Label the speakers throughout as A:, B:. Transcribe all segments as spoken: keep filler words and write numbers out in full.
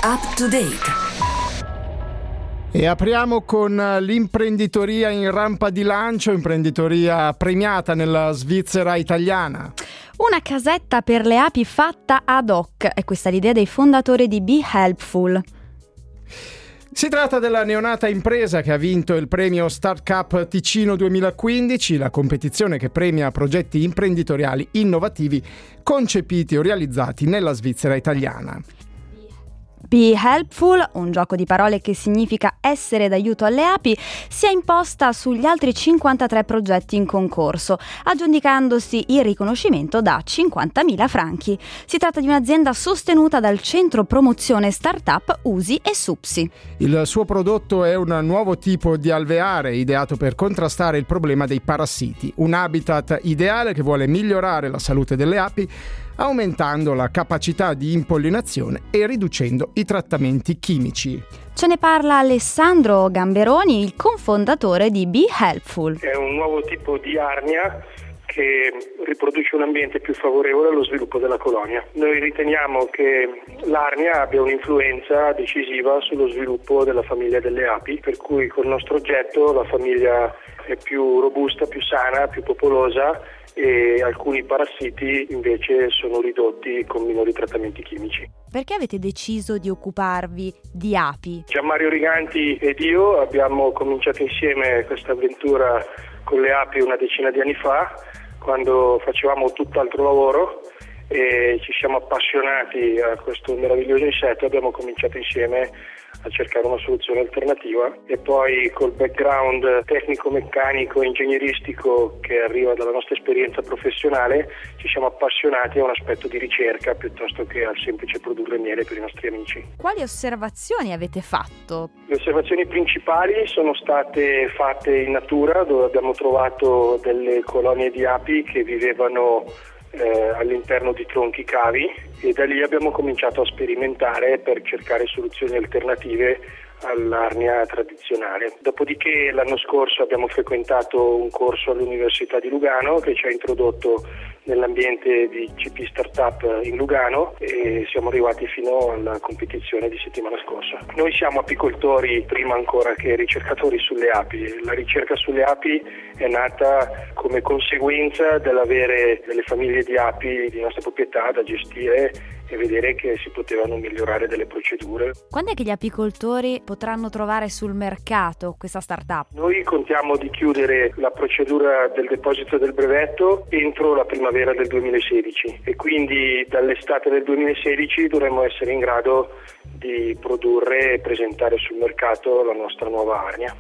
A: Up to date.
B: E apriamo con l'imprenditoria in rampa di lancio, imprenditoria premiata nella Svizzera italiana.
C: Una casetta per le api fatta ad hoc, è questa l'idea dei fondatori di Be Helpful.
B: Si tratta della neonata impresa che ha vinto il premio Start Cup Ticino duemilaquindici, la competizione che premia progetti imprenditoriali innovativi concepiti o realizzati nella Svizzera italiana.
C: Be Helpful, un gioco di parole che significa essere d'aiuto alle api, si è imposta sugli altri cinquantatré progetti in concorso, aggiudicandosi il riconoscimento da cinquantamila franchi. Si tratta di un'azienda sostenuta dal Centro Promozione Startup U S I e SUPSI.
B: Il suo prodotto è un nuovo tipo di alveare ideato per contrastare il problema dei parassiti, un habitat ideale che vuole migliorare la salute delle api, aumentando la capacità di impollinazione e riducendo i trattamenti chimici.
C: Ce ne parla Alessandro Gamberoni, il cofondatore di Be Helpful.
D: È un nuovo tipo di arnia che riproduce un ambiente più favorevole allo sviluppo della colonia. Noi riteniamo che l'arnia abbia un'influenza decisiva sullo sviluppo della famiglia delle api, per cui col nostro oggetto la famiglia è più robusta, più sana, più popolosa e alcuni parassiti invece sono ridotti con minori trattamenti chimici.
C: Perché avete deciso di occuparvi di api?
D: Gianmario Riganti ed io abbiamo cominciato insieme questa avventura con le api una decina di anni fa, quando facevamo tutt'altro lavoro e ci siamo appassionati a questo meraviglioso insetto. Abbiamo cominciato insieme a cercare una soluzione alternativa e poi col background tecnico-meccanico e ingegneristico che arriva dalla nostra esperienza professionale ci siamo appassionati a un aspetto di ricerca piuttosto che al semplice produrre miele per i nostri amici.
C: Quali osservazioni avete fatto?
D: Le osservazioni principali sono state fatte in natura, dove abbiamo trovato delle colonie di api che vivevano Eh, all'interno di tronchi cavi e da lì abbiamo cominciato a sperimentare per cercare soluzioni alternative all'arnia tradizionale. Dopodiché l'anno scorso abbiamo frequentato un corso all'Università di Lugano che ci ha introdotto nell'ambiente di C P Startup in Lugano e siamo arrivati fino alla competizione di settimana scorsa. Noi siamo apicoltori prima ancora che ricercatori sulle api. La ricerca sulle api è nata come conseguenza dell'avere delle famiglie di api di nostra proprietà da gestire e vedere che si potevano migliorare delle procedure.
C: Quando è che gli apicoltori potranno trovare sul mercato questa startup?
D: Noi contiamo di chiudere la procedura del deposito del brevetto entro la primavera del duemilasedici e quindi dall'estate del duemilasedici dovremmo essere in grado di produrre e presentare sul mercato la nostra nuova arnia.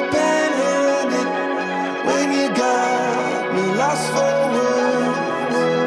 E: Lost for words.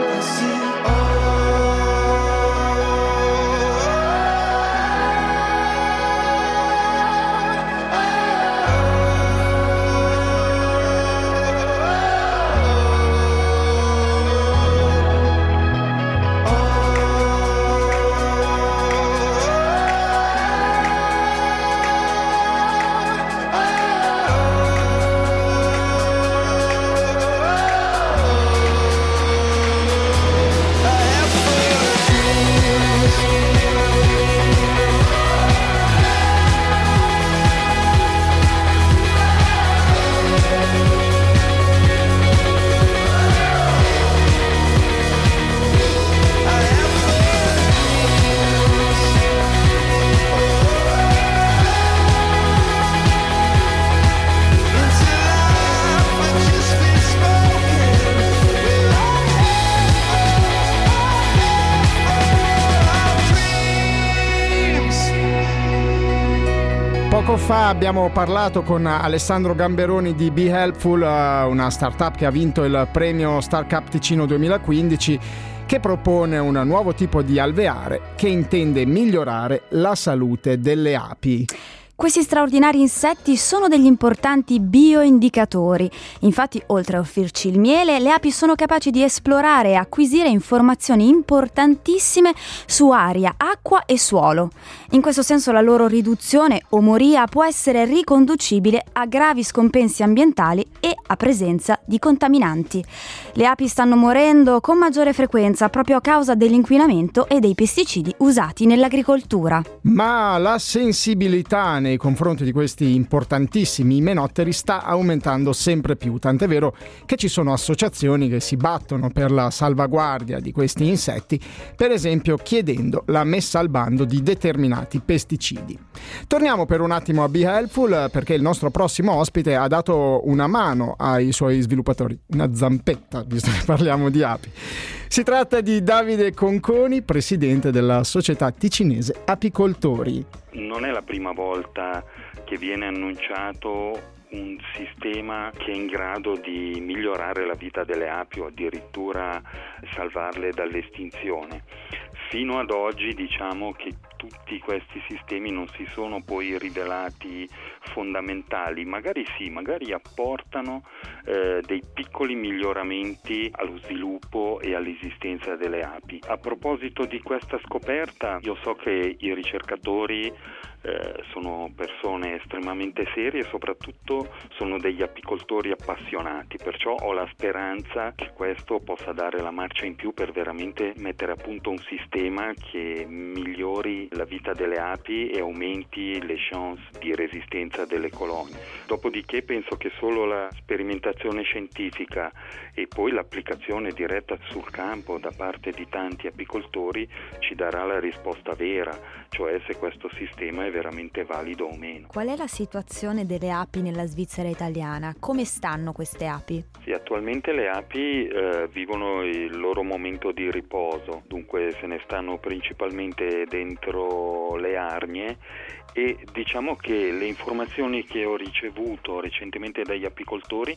B: fa abbiamo parlato con Alessandro Gamberoni di Be Helpful, una startup che ha vinto il premio Startup Ticino duemilaquindici, che propone un nuovo tipo di alveare che intende migliorare la salute delle api.
C: Questi straordinari insetti sono degli importanti bioindicatori. Infatti, oltre a offrirci il miele, le api sono capaci di esplorare e acquisire informazioni importantissime su aria, acqua e suolo. In questo senso la loro riduzione o moria può essere riconducibile a gravi scompensi ambientali e a presenza di contaminanti. Le api stanno morendo con maggiore frequenza proprio a causa dell'inquinamento e dei pesticidi usati nell'agricoltura.
B: Ma la sensibilità nei confronti di questi importantissimi imenotteri sta aumentando sempre più, tant'è vero che ci sono associazioni che si battono per la salvaguardia di questi insetti, per esempio chiedendo la messa al bando di determinati pesticidi. Torniamo per un attimo a Be Helpful, perché il nostro prossimo ospite ha dato una mano ai suoi sviluppatori, una zampetta, visto che parliamo di api. Si tratta di Davide Conconi, presidente della società ticinese Apicoltori.
A: Non è la prima volta che viene annunciato un sistema che è in grado di migliorare la vita delle api o addirittura salvarle dall'estinzione. Fino ad oggi diciamo che tutti questi sistemi non si sono poi rivelati fondamentali, magari sì, magari apportano eh, dei piccoli miglioramenti allo sviluppo e all'esistenza delle api. A proposito di questa scoperta, io so che i ricercatori Eh, sono persone estremamente serie e soprattutto sono degli apicoltori appassionati, perciò ho la speranza che questo possa dare la marcia in più per veramente mettere a punto un sistema che migliori la vita delle api e aumenti le chance di resistenza delle colonie. Dopodiché penso che solo la sperimentazione scientifica e poi l'applicazione diretta sul campo da parte di tanti apicoltori ci darà la risposta vera, cioè se questo sistema è veramente valido o meno.
C: Qual è la situazione delle api nella Svizzera italiana? Come stanno queste api?
A: Sì, attualmente le api eh, vivono il loro momento di riposo, dunque se ne stanno principalmente dentro le arnie, e diciamo che le informazioni che ho ricevuto recentemente dagli apicoltori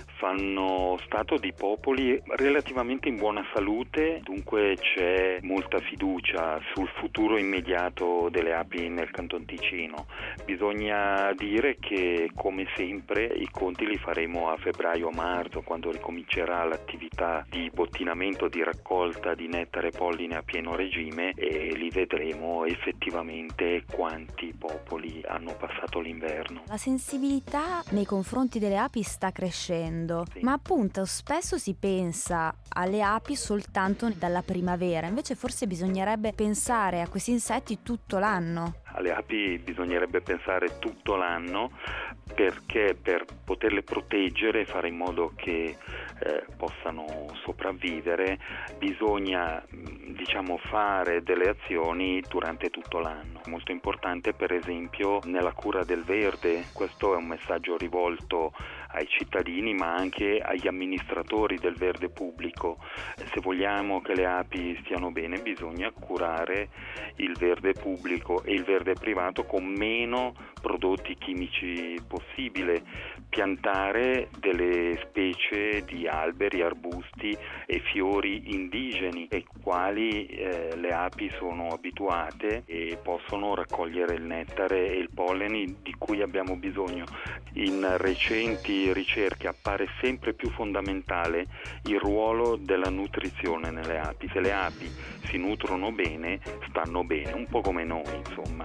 A: fanno stato di popoli relativamente in buona salute, dunque c'è molta fiducia sul futuro immediato delle api nel Canton Ticino. Bisogna dire che come sempre i conti li faremo a febbraio-marzo, quando ricomincerà l'attività di bottinamento, di raccolta di nettare e polline a pieno regime, e li vedremo effettivamente quanti popoli hanno passato l'inverno.
C: La sensibilità nei confronti delle api sta crescendo. Sì. Ma appunto spesso si pensa alle api soltanto dalla primavera, invece forse bisognerebbe pensare a questi insetti tutto l'anno.
A: Alle api bisognerebbe pensare tutto l'anno, perché per poterle proteggere e fare in modo che eh, possano sopravvivere bisogna diciamo fare delle azioni durante tutto l'anno. Molto importante per esempio nella cura del verde, questo è un messaggio rivolto ai cittadini ma anche agli amministratori del verde pubblico. Se vogliamo che le api stiano bene bisogna curare il verde pubblico e il verde privato con meno prodotti chimici possibile, piantare delle specie di alberi, arbusti e fiori indigeni ai quali eh, le api sono abituate e possono raccogliere il nettare e il pollene di cui abbiamo bisogno. In recenti ricerche appare sempre più fondamentale il ruolo della nutrizione nelle api. Se le api si nutrono bene, stanno bene, un po' come noi, insomma.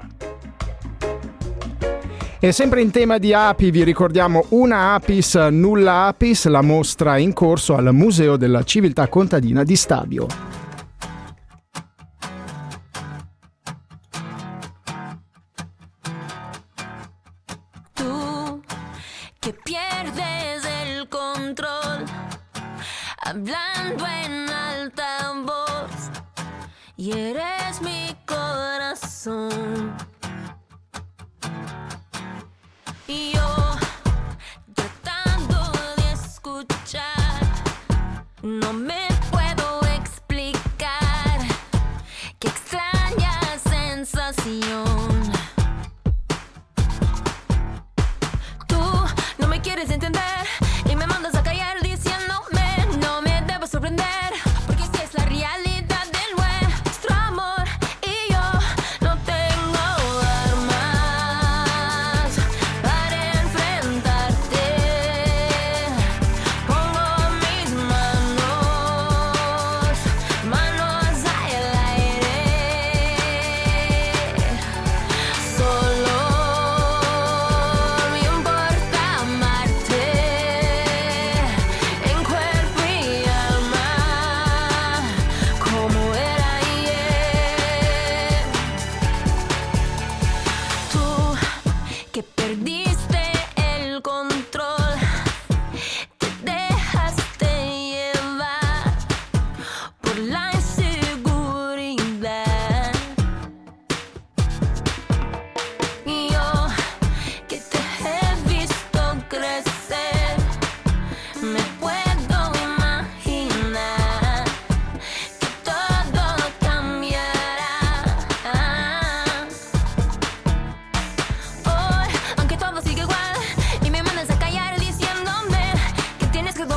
B: E sempre in tema di api vi ricordiamo Una Apis Nulla Apis, la mostra in corso al Museo della Civiltà Contadina di Stabio.
E: Tú que pierdes el control, hablando en alta voz, y eres mi corazón. Yo tratando de escuchar, no me puedo explicar qué extraña sensación.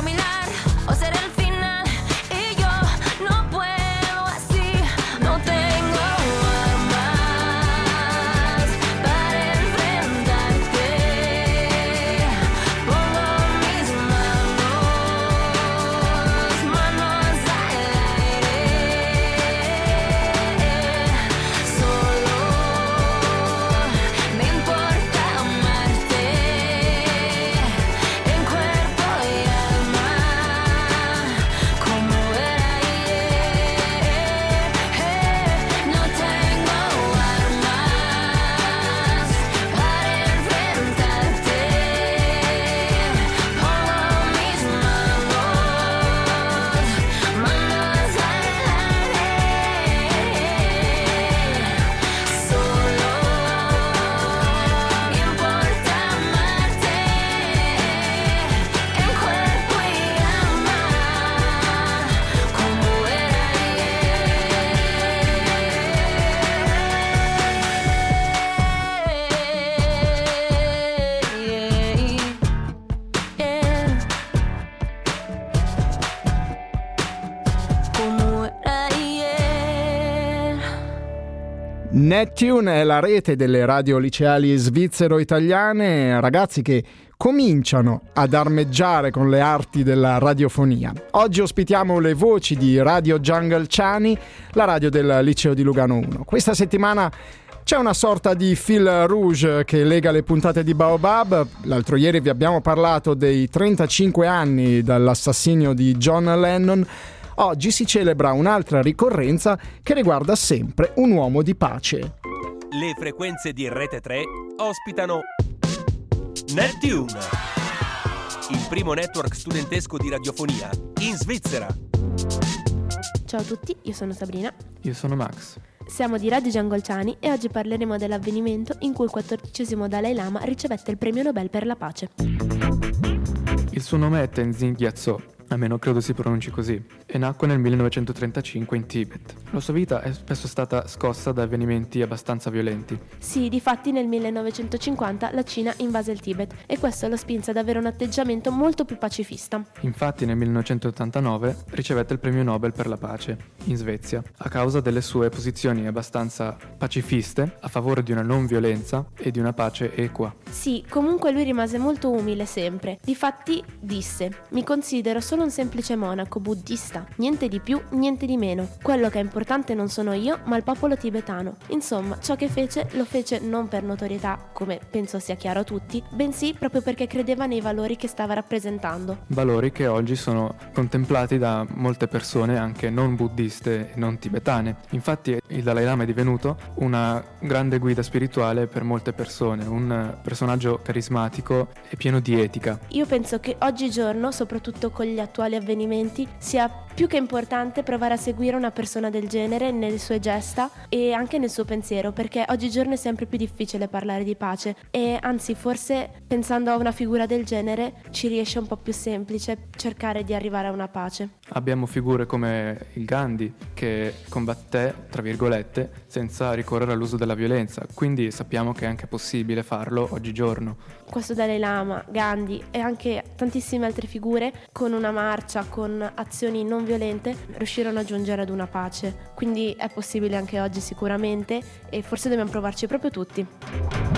E: dominar o ser el final. Y yo no puedo así, no tengo armas para enfrentarte. Pongo mis manos, manos al aire. Solo me importa amarte en cuerpo y alma, como era ayer. No tengo armas para enfrentarte. Pongo mis manos, manos al aire. Solo me importa amarte en cuerpo y alma, como era ayer. Como era ayer.
B: Neptune è la rete delle radio liceali svizzero-italiane, ragazzi che cominciano ad armeggiare con le arti della radiofonia. Oggi ospitiamo le voci di Radio Jungle Ciani, la radio del liceo di Lugano uno. Questa settimana c'è una sorta di fil rouge che lega le puntate di Baobab. L'altro ieri vi abbiamo parlato dei trentacinque anni dall'assassinio di John Lennon. Oggi si celebra un'altra ricorrenza che riguarda sempre un uomo di pace.
F: Le frequenze di Rete tre ospitano Neptune, il primo network studentesco di radiofonia in Svizzera.
G: Ciao a tutti, io sono Sabrina.
H: Io sono Max.
G: Siamo di Radio Jungle Ciani e oggi parleremo dell'avvenimento in cui il quattordicesimo Dalai Lama ricevette il premio Nobel per la pace.
H: Il suo nome è Tenzin Gyatso, almeno credo si pronunci così, e nacque nel millenovecentotrentacinque in Tibet. La sua vita è spesso stata scossa da avvenimenti abbastanza violenti.
G: Sì, difatti nel millenovecentocinquanta la Cina invase il Tibet e questo lo spinse ad avere un atteggiamento molto più pacifista.
H: Infatti nel millenovecentottantanove ricevette il premio Nobel per la pace in Svezia, a causa delle sue posizioni abbastanza pacifiste a favore di una non violenza e di una pace equa.
G: Sì, comunque lui rimase molto umile sempre. Difatti disse: mi considero solo un semplice monaco buddista, niente di più, niente di meno. Quello che è importante non sono io, ma il popolo tibetano. Insomma, ciò che fece lo fece non per notorietà, come penso sia chiaro a tutti, bensì proprio perché credeva nei valori che stava rappresentando.
H: Valori che oggi sono contemplati da molte persone anche non buddiste e non tibetane. Infatti il Dalai Lama è divenuto una grande guida spirituale per molte persone, un personaggio carismatico e pieno di etica.
G: Io penso che oggigiorno, soprattutto con gli attuali avvenimenti, sia più che importante provare a seguire una persona del genere nelle sue gesta e anche nel suo pensiero, perché oggigiorno è sempre più difficile parlare di pace e anzi forse pensando a una figura del genere ci riesce un po' più semplice cercare di arrivare a una pace.
H: Abbiamo figure come il Gandhi che combatté, tra virgolette, senza ricorrere all'uso della violenza, quindi sappiamo che è anche possibile farlo oggigiorno.
G: Questo Dalai Lama, Gandhi e anche tantissime altre figure con una marcia, con azioni non violente riuscirono a giungere ad una pace, quindi è possibile anche oggi sicuramente e forse dobbiamo provarci proprio tutti.